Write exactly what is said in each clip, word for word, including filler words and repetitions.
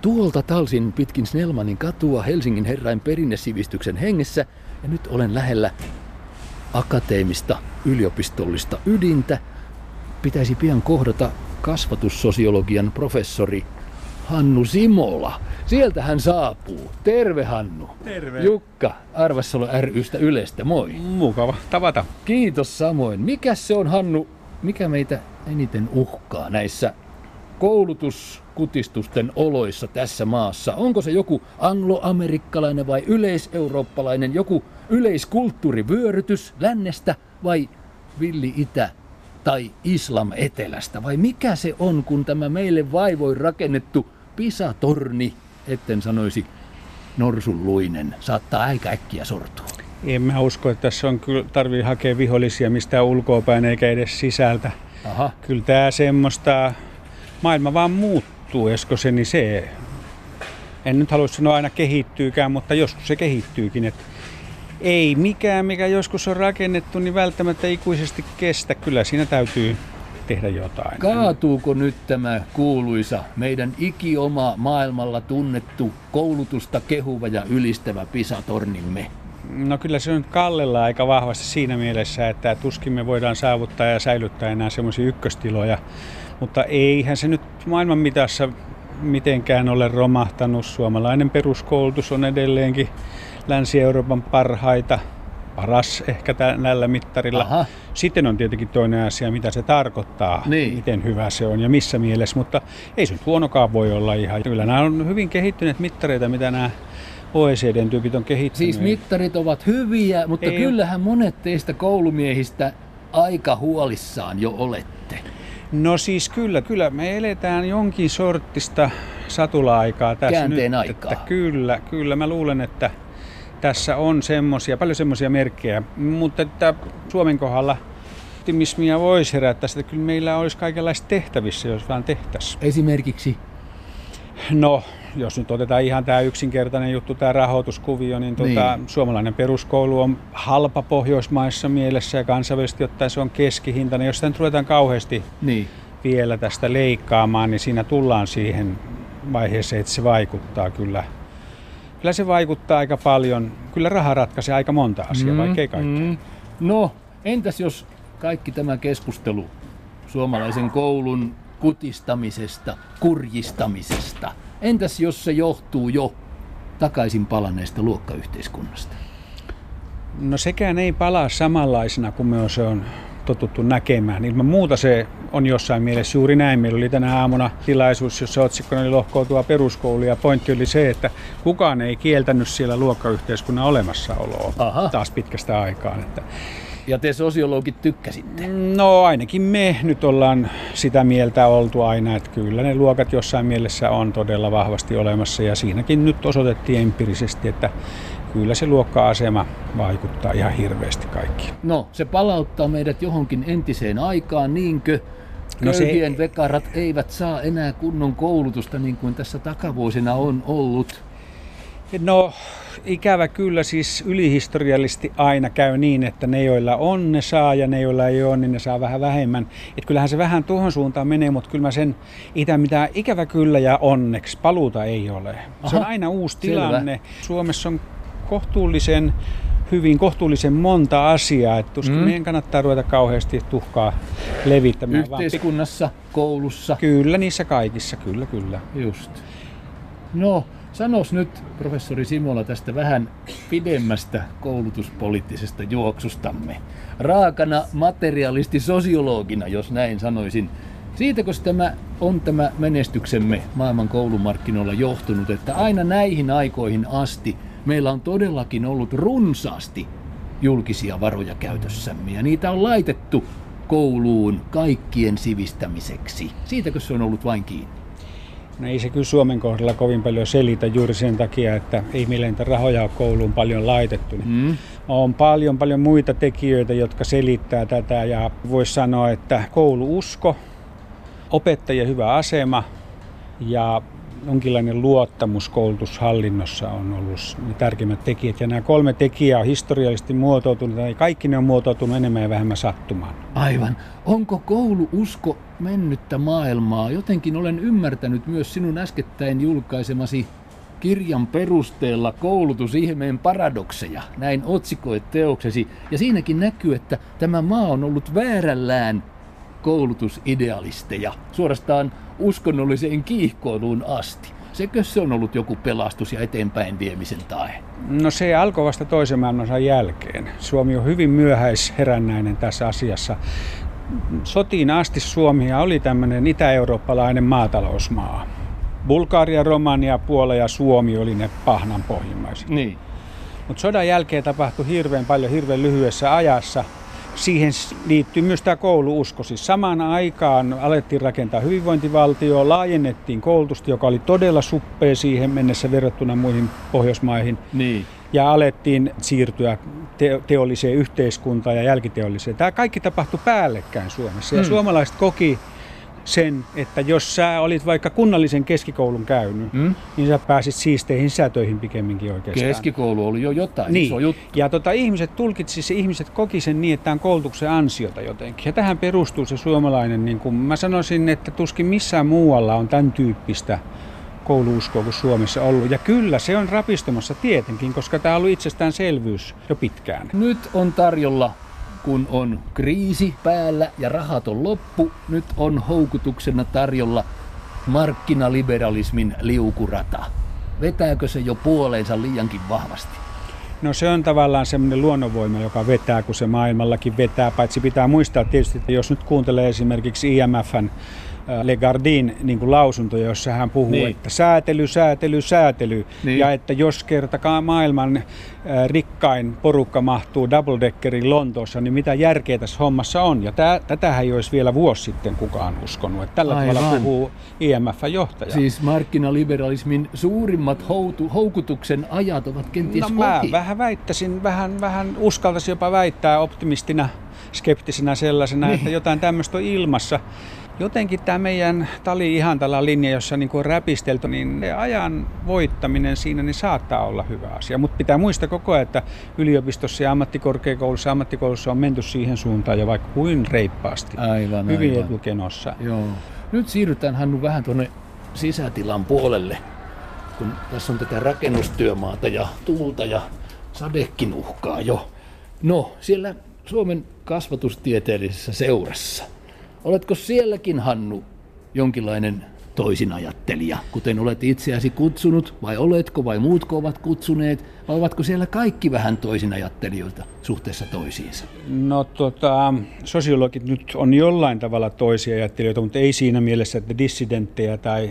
Tuolta talsin pitkin Snellmanin katua Helsingin herrain perinnesivistyksen hengessä ja nyt olen lähellä akateemista yliopistollista ydintä. Pitäisi pian kohdata kasvatussosiologian professori Hannu Simola. Sieltä hän saapuu. Terve Hannu. Terve. Jukka Arvassalo ry:stä Ylestä. Moi. Mukava tavata. Kiitos samoin. Mikäs se on, Hannu, mikä meitä eniten uhkaa näissä koulutuskutistusten oloissa tässä maassa? Onko se joku angloamerikkalainen vai yleiseurooppalainen, joku yleiskulttuurivyörytys lännestä vai villi itä tai islam etelästä? Vai mikä se on, kun tämä meille vaivoin rakennettu Pisa-torni, etten sanoisi norsunluinen, saattaa aika äkkiä sortua? En mä usko, että tässä on kyllä tarvii hakea vihollisia mistään ulkoapäin eikä edes sisältä. Aha. Kyllä tää semmoista, maailma vaan muuttuu, esko se, niin se, en nyt halua sanoa aina kehittyykään, mutta joskus se kehittyykin. Että ei mikään, mikä joskus on rakennettu, niin välttämättä ikuisesti kestä. Kyllä siinä täytyy tehdä jotain. Kaatuuko nyt tämä kuuluisa, meidän ikioma maailmalla tunnettu, koulutusta kehuva ja ylistävä Pisa-tornimme? No kyllä se on kallella aika vahvasti siinä mielessä, että tuskin me voidaan saavuttaa ja säilyttää enää semmoisia ykköstiloja. Mutta eihän se nyt maailman mitassa mitenkään ole romahtanut. Suomalainen peruskoulutus on edelleenkin Länsi-Euroopan parhaita, paras ehkä tällä mittarilla. Aha. Sitten on tietenkin toinen asia, mitä se tarkoittaa, niin. Miten hyvä se on ja missä mielessä, mutta ei se nyt huonokaan voi olla ihan. Kyllä nämä on hyvin kehittyneet mittareita, mitä nämä O E C D:n tyypit on kehittänyt. Siis mittarit ovat hyviä, mutta ei kyllähän monet teistä koulumiehistä aika huolissaan jo olette. No siis kyllä, kyllä me eletään jonkin sorttista satula-aikaa tässä Käänteen nyt. aikaa. Että kyllä, kyllä mä luulen, että tässä on semmosia, paljon semmoisia merkkejä, mutta että Suomen kohdalla optimismia voisi herättää, että kyllä meillä olisi kaikenlaista tehtävissä, jos vaan tehtäisiin. Esimerkiksi? No, jos nyt otetaan ihan tämä yksinkertainen juttu, tämä rahoituskuvio, niin, tuota, niin suomalainen peruskoulu on halpa Pohjoismaissa mielessä ja kansainvälisesti ottaen se on keskihintainen. Jos sitä nyt ruvetaan kauheasti niin vielä tästä leikkaamaan, niin siinä tullaan siihen vaiheeseen, että se vaikuttaa kyllä. Kyllä se vaikuttaa aika paljon. Kyllä raha ratkaisee aika monta asiaa, mm, vaikka ei kaikkea. Mm. No, entäs jos kaikki tämä keskustelu suomalaisen koulun kutistamisesta, kurjistamisesta, entäs jos se johtuu jo takaisin palanneesta luokkayhteiskunnasta? No sekään ei palaa samanlaisena kuin me se on totuttu näkemään. Ilman muuta se on jossain mielessä juuri näin. Meillä oli tänä aamuna tilaisuus, jossa otsikkona oli lohkoutua peruskoulu ja pointti oli se, että kukaan ei kieltänyt siellä luokkayhteiskunnan olemassaoloa. Aha. Taas pitkästä aikaan. Että ja te sosiologit tykkäsitte? No ainakin me nyt ollaan sitä mieltä oltu aina, että kyllä ne luokat jossain mielessä on todella vahvasti olemassa ja siinäkin nyt osoitettiin empiirisesti, että kyllä se luokka-asema vaikuttaa ihan hirveästi kaikkiin. No se palauttaa meidät johonkin entiseen aikaan, niinkö? No Köyhien se vekarat eivät saa enää kunnon koulutusta niin kuin tässä takavuosina on ollut. No ikävä kyllä siis ylihistoriallisesti aina käy niin, että ne joilla on ne saa ja ne joilla ei ole, niin ne saa vähän vähemmän. Et kyllähän se vähän tuohon suuntaan menee, mutta kyllä mä sen itä mitä ikävä kyllä ja onneksi paluuta ei ole. Aha, se on aina uusi tilanne. Selvä. Suomessa on kohtuullisen hyvin, kohtuullisen monta asiaa, että tuskin mm. meidän kannattaa ruveta kauheasti tuhkaa levittämään. Yhteiskunnassa, vaan koulussa. Kyllä, niissä kaikissa, kyllä, kyllä. Just. No, sanos nyt, professori Simola, tästä vähän pidemmästä koulutuspoliittisesta juoksustamme. Raakana materialisti-sosiologina, jos näin sanoisin. Siitäkö tämä on tämä menestyksemme maailman koulumarkkinoilla johtunut, että aina näihin aikoihin asti meillä on todellakin ollut runsaasti julkisia varoja käytössämme ja niitä on laitettu kouluun kaikkien sivistämiseksi. Siitäkö se on ollut vain kiinni? No ei se kyllä Suomen kohdalla kovin paljon selitä juuri sen takia, että ei meillä niitä rahoja ole kouluun paljon laitettu. Mm. On paljon, paljon muita tekijöitä, jotka selittää tätä ja voisi sanoa, että kouluusko, opettajien hyvä asema ja jonkinlainen luottamus koulutushallinnossa on ollut ne tärkeimmät tekijät. Ja nämä kolme tekijää on historiallisesti muotoutunut, ja kaikki ne on muotoutunut enemmän ja vähemmän sattumaan. Aivan. Onko kouluusko mennyttä maailmaa? Jotenkin olen ymmärtänyt myös sinun äskettäin julkaisemasi kirjan perusteella Koulutusihmeen paradokseja. Näin otsikoit teoksesi. Ja siinäkin näkyy, että tämä maa on ollut väärällään koulutusidealisteja, suorastaan uskonnolliseen kiihkoiluun asti. Sekö se on ollut joku pelastus ja eteenpäin viemisen tae? No se alkoi vasta toisen maailmansodan jälkeen. Suomi on hyvin myöhäisherännäinen tässä asiassa. Sotiin asti Suomi oli tämmöinen itä-eurooppalainen maatalousmaa. Bulgaria, Romania, Puola ja Suomi oli ne pahnan pohjimmaiset. Niin. Mutta sodan jälkeen tapahtui hirveän paljon hirveän lyhyessä ajassa. Siihen liittyy myös tämä kouluusko. Siis samaan aikaan alettiin rakentaa hyvinvointivaltio, laajennettiin koulutusta, joka oli todella suppea siihen mennessä verrattuna muihin Pohjoismaihin. Niin. Ja alettiin siirtyä te- teolliseen yhteiskuntaan ja jälkiteolliseen. Tämä kaikki tapahtui päällekkäin Suomessa. Ja hmm. suomalaiset koki sen, että jos sä olit vaikka kunnallisen keskikoulun käynyt, mm. niin sä pääsit siisteihin sätöihin pikemminkin oikeastaan. Keskikoulu oli jo jotain, niin. iso juttu. Ja tota, ihmiset tulkitsi se, ihmiset koki sen niin, että tämä on koulutuksen ansiota jotenkin. Ja tähän perustuu se suomalainen, niin kuin mä sanoisin, että tuskin missään muualla on tämän tyyppistä kouluuskoa kuin Suomessa ollut. Ja kyllä se on rapistumassa tietenkin, koska tämä on ollut itsestäänselvyys jo pitkään. Nyt on tarjolla, kun on kriisi päällä ja rahat on loppu, nyt on houkutuksena tarjolla markkinaliberalismin liukurata. Vetääkö se jo puoleensa liiankin vahvasti? No se on tavallaan semmoinen luonnonvoima, joka vetää, kun se maailmallakin vetää. Paitsi pitää muistaa tietysti, että jos nyt kuuntelee esimerkiksi I M F:n Legardin niin kuin lausunto, jossa hän puhuu, niin. että säätely, säätely, säätely. Niin. Ja että jos kertakaan maailman rikkain porukka mahtuu double-deckerin Lontoossa, niin mitä järkeä tässä hommassa on. Ja tää, tätähän ei olisi vielä vuosi sitten kukaan uskonut. Että tällä Aivan. tavalla puhuu I M F:n johtaja. Siis markkinaliberalismin suurimmat houtu, houkutuksen ajat ovat kenties no, mä ohi. vähän väittäisin, vähän, vähän uskaltaisin jopa väittää optimistina, skeptisenä sellaisena, niin. että jotain tämmöistä on ilmassa. Jotenkin tämä meidän tali-ihantala linja, jossa niin on räpistelty, niin ajan voittaminen siinä niin saattaa olla hyvä asia. Mutta pitää muistaa koko ajan, että yliopistossa ja ammattikorkeakoulussa, ammattikoulussa on menty siihen suuntaan jo vaikka kuin reippaasti. Aivan, Hyvin aivan. etukenossa. Joo. Nyt siirrytään, Hannu, vähän tuonne sisätilan puolelle, kun tässä on tätä rakennustyömaata ja tuulta ja sadekin uhkaa jo. No, siellä Suomen kasvatustieteellisessä seurassa. Oletko sielläkin, Hannu, jonkinlainen toisinajattelija, kuten olet itseäsi kutsunut, vai oletko, vai muutko ovat kutsuneet, vai ovatko siellä kaikki vähän toisinajattelijoita suhteessa toisiinsa? No tota, sosiologit nyt on jollain tavalla toisinajattelijoita, mutta ei siinä mielessä, että dissidenttejä tai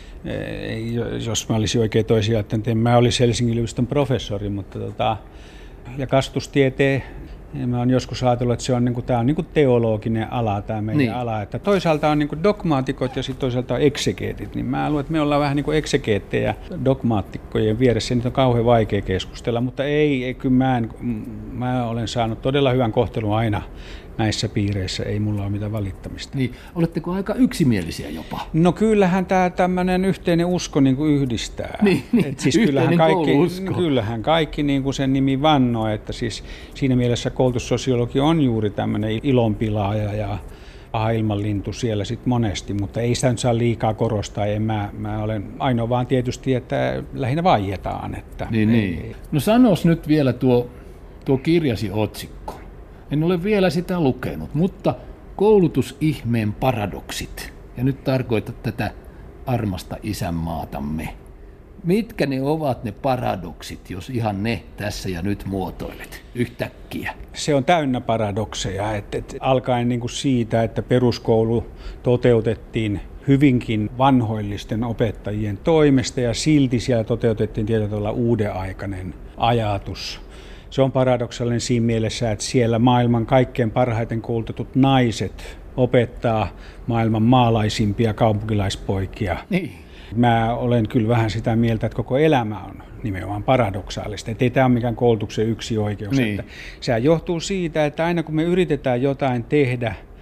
jos mä olisin oikein toisinajattelijoita, en mä olisi Helsingin yliopiston professori, mutta tota, ja kasvatustieteen. Ja mä oon joskus ajatellut, että se on, niin kuin, tämä on niin kuin teologinen ala, tämä meidän niin. ala. Että toisaalta on niin kuin dogmaatikot ja sitten toisaalta on eksegeetit. Niin mä luulen, että me ollaan vähän niin kuin eksegeettejä dogmaattikkojen vieressä. Niitä on kauhean vaikea keskustella, mutta ei, ei kyllä mä, en, mä olen saanut todella hyvän kohtelun aina näissä piireissä. Ei mulla ole mitään valittamista. Niin. Oletteko aika yksimielisiä jopa? No kyllähän tämä tämmöinen yhteinen usko niin kuin yhdistää. Niin, niin. Et siis kyllähän kaikki, kyllähän kaikki niin kuin sen nimi vannoo, että siis siinä mielessä koulutussosiologi on juuri tämmöinen ilonpilaaja ja paha ilmanlintu siellä sitten monesti, mutta ei sitä nyt saa liikaa korostaa. En mä, mä olen ainoa vaan tietysti, että lähinnä vaietaan. Että niin, ei, niin. No sanos nyt vielä tuo, tuo kirjasi otsikko. En ole vielä sitä lukenut, mutta koulutusihmeen paradoksit. Ja nyt tarkoitat tätä armasta isänmaatamme. Mitkä ne ovat ne paradoksit, jos ihan ne tässä ja nyt muotoilet yhtäkkiä? Se on täynnä paradokseja, että, että alkaen niin kuin siitä, että peruskoulu toteutettiin hyvinkin vanhoillisten opettajien toimesta ja silti siellä toteutettiin tietyllä tavalla uudenaikainen ajatus. Se on paradoksaalinen siinä mielessä, että siellä maailman kaikkein parhaiten koulutetut naiset opettaa maailman maalaisimpia kaupunkilaispoikia. Niin. Mä olen kyllä vähän sitä mieltä, että koko elämä on nimenomaan paradoksaalista. Että ei tämä ole mikään koulutuksen yksi oikeus. Niin. Että sehän johtuu siitä, että aina kun me yritetään jotain tehdä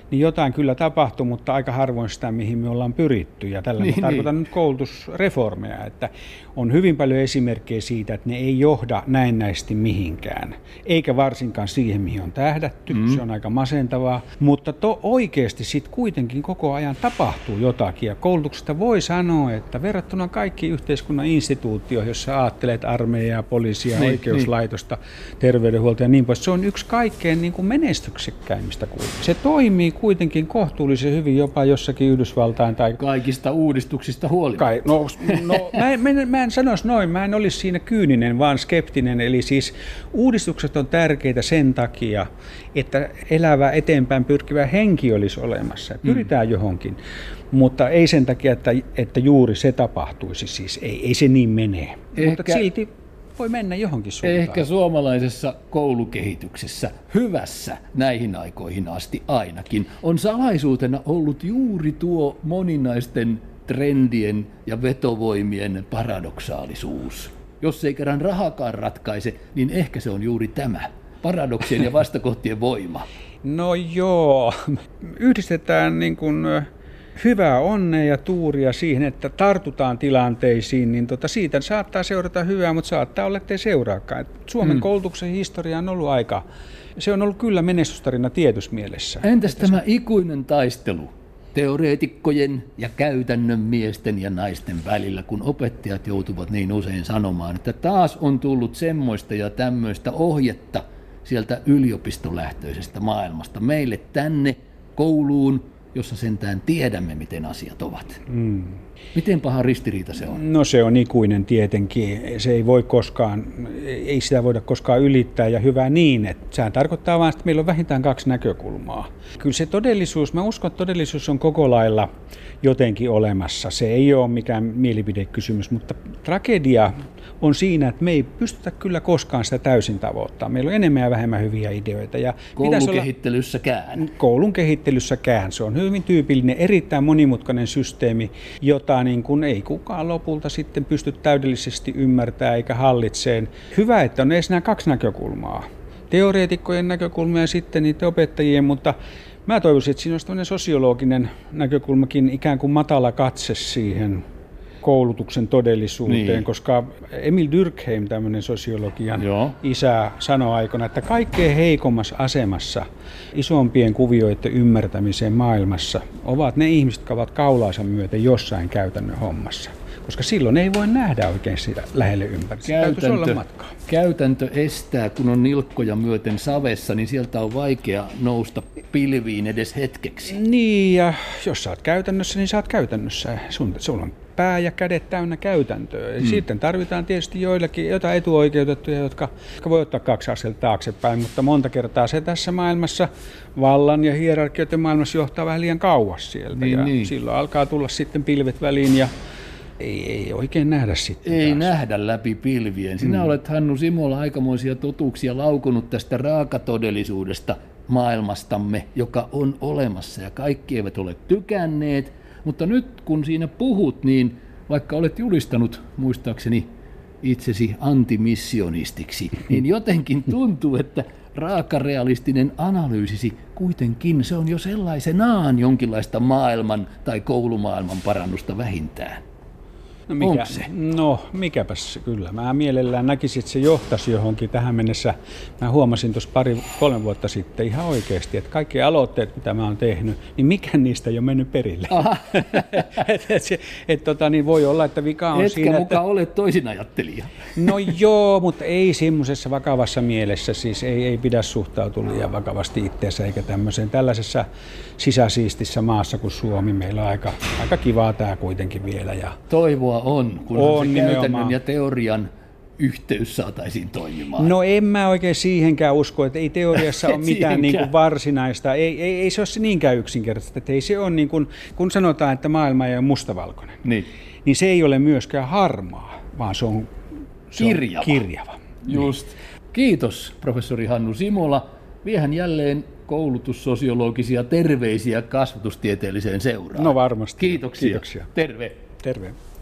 niin jotain kyllä tapahtui, mutta aika harvoin sitä, mihin me ollaan pyritty. Ja tällä niin, tarkoitan niin. nyt koulutusreformeja, että on hyvin paljon esimerkkejä siitä, että ne ei johda näennäisesti mihinkään, eikä varsinkaan siihen, mihin on tähdätty. Mm. Se on aika masentavaa, mutta to oikeasti sitten kuitenkin koko ajan tapahtuu jotakin. Ja koulutuksesta voi sanoa, että verrattuna kaikkiin yhteiskunnan instituutioihin, jossa ajattelet armeijaa, poliisia, niin, oikeuslaitosta, niin. terveydenhuoltoa ja niin pois, se on yksi kaikkein niin kuin menestyksekkäimmistä kuitenkin. Se toimii kuitenkin kohtuullisen hyvin jopa jossakin Yhdysvaltain tai... Kaikista uudistuksista huolimatta. Kai, no, no mä, mä, mä en sanoisi noin, mä en olisi siinä kyyninen, vaan skeptinen. Eli siis uudistukset on tärkeitä sen takia, että elävä eteenpäin pyrkivä henki olisi olemassa. Pyritään mm. johonkin, mutta ei sen takia, että, että juuri se tapahtuisi. Siis ei, ei se niin mene, Ehkä... mutta silti voi mennä johonkin suuntaan. Ehkä suomalaisessa koulukehityksessä, hyvässä näihin aikoihin asti ainakin, on salaisuutena ollut juuri tuo moninaisten trendien ja vetovoimien paradoksaalisuus. Jos ei kerran rahakaan ratkaise, niin ehkä se on juuri tämä, paradoksien ja vastakohtien voima. No joo, yhdistetään niin kuin hyvää onnea ja tuuria siihen, että tartutaan tilanteisiin, niin tota, siitä saattaa seurata hyvää, mutta saattaa olla, ettei seuraakaan. Suomen mm. koulutuksen historia on ollut aika, se on ollut kyllä menestystarina tietyssä mielessä. Entäs tämä se... ikuinen taistelu teoreetikkojen ja käytännön miesten ja naisten välillä, kun opettajat joutuvat niin usein sanomaan, että taas on tullut semmoista ja tämmöistä ohjetta sieltä yliopistolähtöisestä maailmasta meille tänne kouluun, jossa sentään tiedämme, miten asiat ovat. Mm. Miten paha ristiriita se on? No se on ikuinen tietenkin. Se ei voi koskaan, ei sitä voida koskaan ylittää ja hyvä niin. Että sehän tarkoittaa vain, että meillä on vähintään kaksi näkökulmaa. Kyllä se todellisuus, mä uskon, että todellisuus on koko lailla jotenkin olemassa. Se ei ole mikään mielipidekysymys, mutta tragedia on siinä, että me ei pystytä kyllä koskaan sitä täysin tavoittaa. Meillä on enemmän ja vähemmän hyviä ideoita. Ja koulukehittelyssäkään. Koulun kehittelyssäkään. Se on hyvin tyypillinen, erittäin monimutkainen systeemi, jota niin kuin ei kukaan lopulta sitten pysty täydellisesti ymmärtämään eikä hallitseen. Hyvä, että on edes nämä kaksi näkökulmaa. Teoreetikkojen näkökulmia ja sitten niitä opettajien, mutta mä toivoisin, että siinä olisi tämmöinen sosiologinen näkökulmakin, ikään kuin matala katse siihen koulutuksen todellisuuteen, niin. Koska Emil Durkheim, tämmöinen sosiologian Joo. isä, sanoi aikana, että kaikkein heikommassa asemassa isompien kuvioiden ymmärtämiseen maailmassa ovat ne ihmiset, jotka ovat kaulaansa myöten jossain käytännön hommassa. Koska silloin ei voi nähdä oikein sitä lähelle ympäri. Käytäntö, käytäntö estää, kun on nilkkoja myöten savessa, niin sieltä on vaikea nousta pilviin edes hetkeksi. Niin, ja jos sä oot käytännössä, niin sä oot käytännössä. Sun, sun on pää ja kädet täynnä käytäntöä. Hmm. Sitten tarvitaan tietysti joillakin jotain etuoikeutettuja, jotka, jotka voi ottaa kaksi askelta taaksepäin, mutta monta kertaa se tässä maailmassa, vallan ja hierarkioiden maailmassa johtaa vähän liian kauas sieltä. Niin, ja niin. Silloin alkaa tulla sitten pilvet väliin ja Ei, ei oikein nähdä sitten Ei taas. nähdä läpi pilvien. Sinä mm. olet, Hannu Simola, aikamoisia totuuksia laukunut tästä raakatodellisuudesta maailmastamme, joka on olemassa ja kaikki eivät ole tykänneet. Mutta nyt kun siinä puhut, niin vaikka olet julistanut muistaakseni itsesi antimissionistiksi, niin jotenkin tuntuu, että raakarealistinen analyysisi kuitenkin se on jo sellaisenaan jonkinlaista maailman tai koulumaailman parannusta vähintään. No, mikä, no mikäpäs kyllä. Mä mielellään näkisin, että se johtaisi johonkin tähän mennessä. Mä huomasin tuossa pari, kolme vuotta sitten ihan oikeasti, että kaikki aloitteet, mitä mä oon tehnyt, niin mikään niistä ei ole mennyt perille. et, et, et, et, tota, niin voi olla, että vika on Etkä siinä, muka että olet toisinajattelija. No joo, mutta ei semmoisessa vakavassa mielessä. Siis ei, ei pidä suhtautua liian vakavasti itseensä eikä tämmöiseen tällaisessa sisäsiistissä maassa kuin Suomi. Meillä on aika, aika kivaa tää kuitenkin vielä. Ja toivoa on, kunhan on, se käytännön nimenomaan. Ja teorian yhteys saataisiin toimimaan. No en mä oikein siihenkään usko, että ei teoriassa ole mitään niin kuin varsinaista. Ei, ei, ei se ole niinkään yksinkertaista. Että ei se ole niin kuin, kun sanotaan, että maailma ei ole mustavalkoinen, niin, niin se ei ole myöskään harmaa, vaan se on, se kirjava. on kirjava. Just. Niin. Kiitos, professori Hannu Simola. Viehän jälleen koulutussosiologisia terveisiä kasvatustieteelliseen seuraan. No varmasti. Kiitoksia. Kiitoksia. Terve. Terve.